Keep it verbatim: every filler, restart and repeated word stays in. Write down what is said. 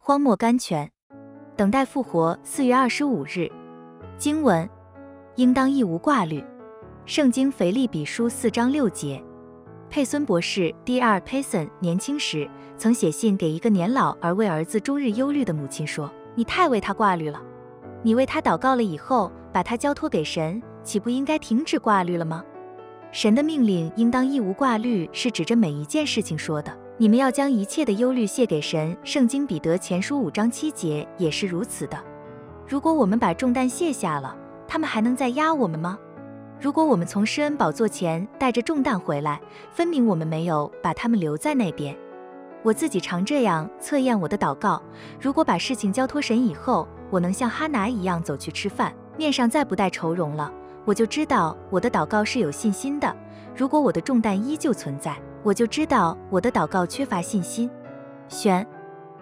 荒漠甘泉，等待复活。四月二十五日，经文应当一无挂虑。圣经腓立比书四章六节。佩孙博士 D R Payson 年轻时曾写信给一个年老而为儿子终日忧虑的母亲说：“你太为他挂虑了。你为他祷告了以后，把他交托给神，岂不应该停止挂虑了吗？”神的命令应当一无挂虑，是指着每一件事情说的。你们要将一切的忧虑卸给神。圣经彼得前书五章七节也是如此的。如果我们把重担卸下了，他们还能再压我们吗？如果我们从施恩宝座前带着重担回来，分明我们没有把他们留在那边。我自己常这样测验我的祷告。如果把事情交托神以后，我能像哈拿一样走去吃饭，面上再不带愁容了，我就知道我的祷告是有信心的。如果我的重担依旧存在，我就知道我的祷告缺乏信心。选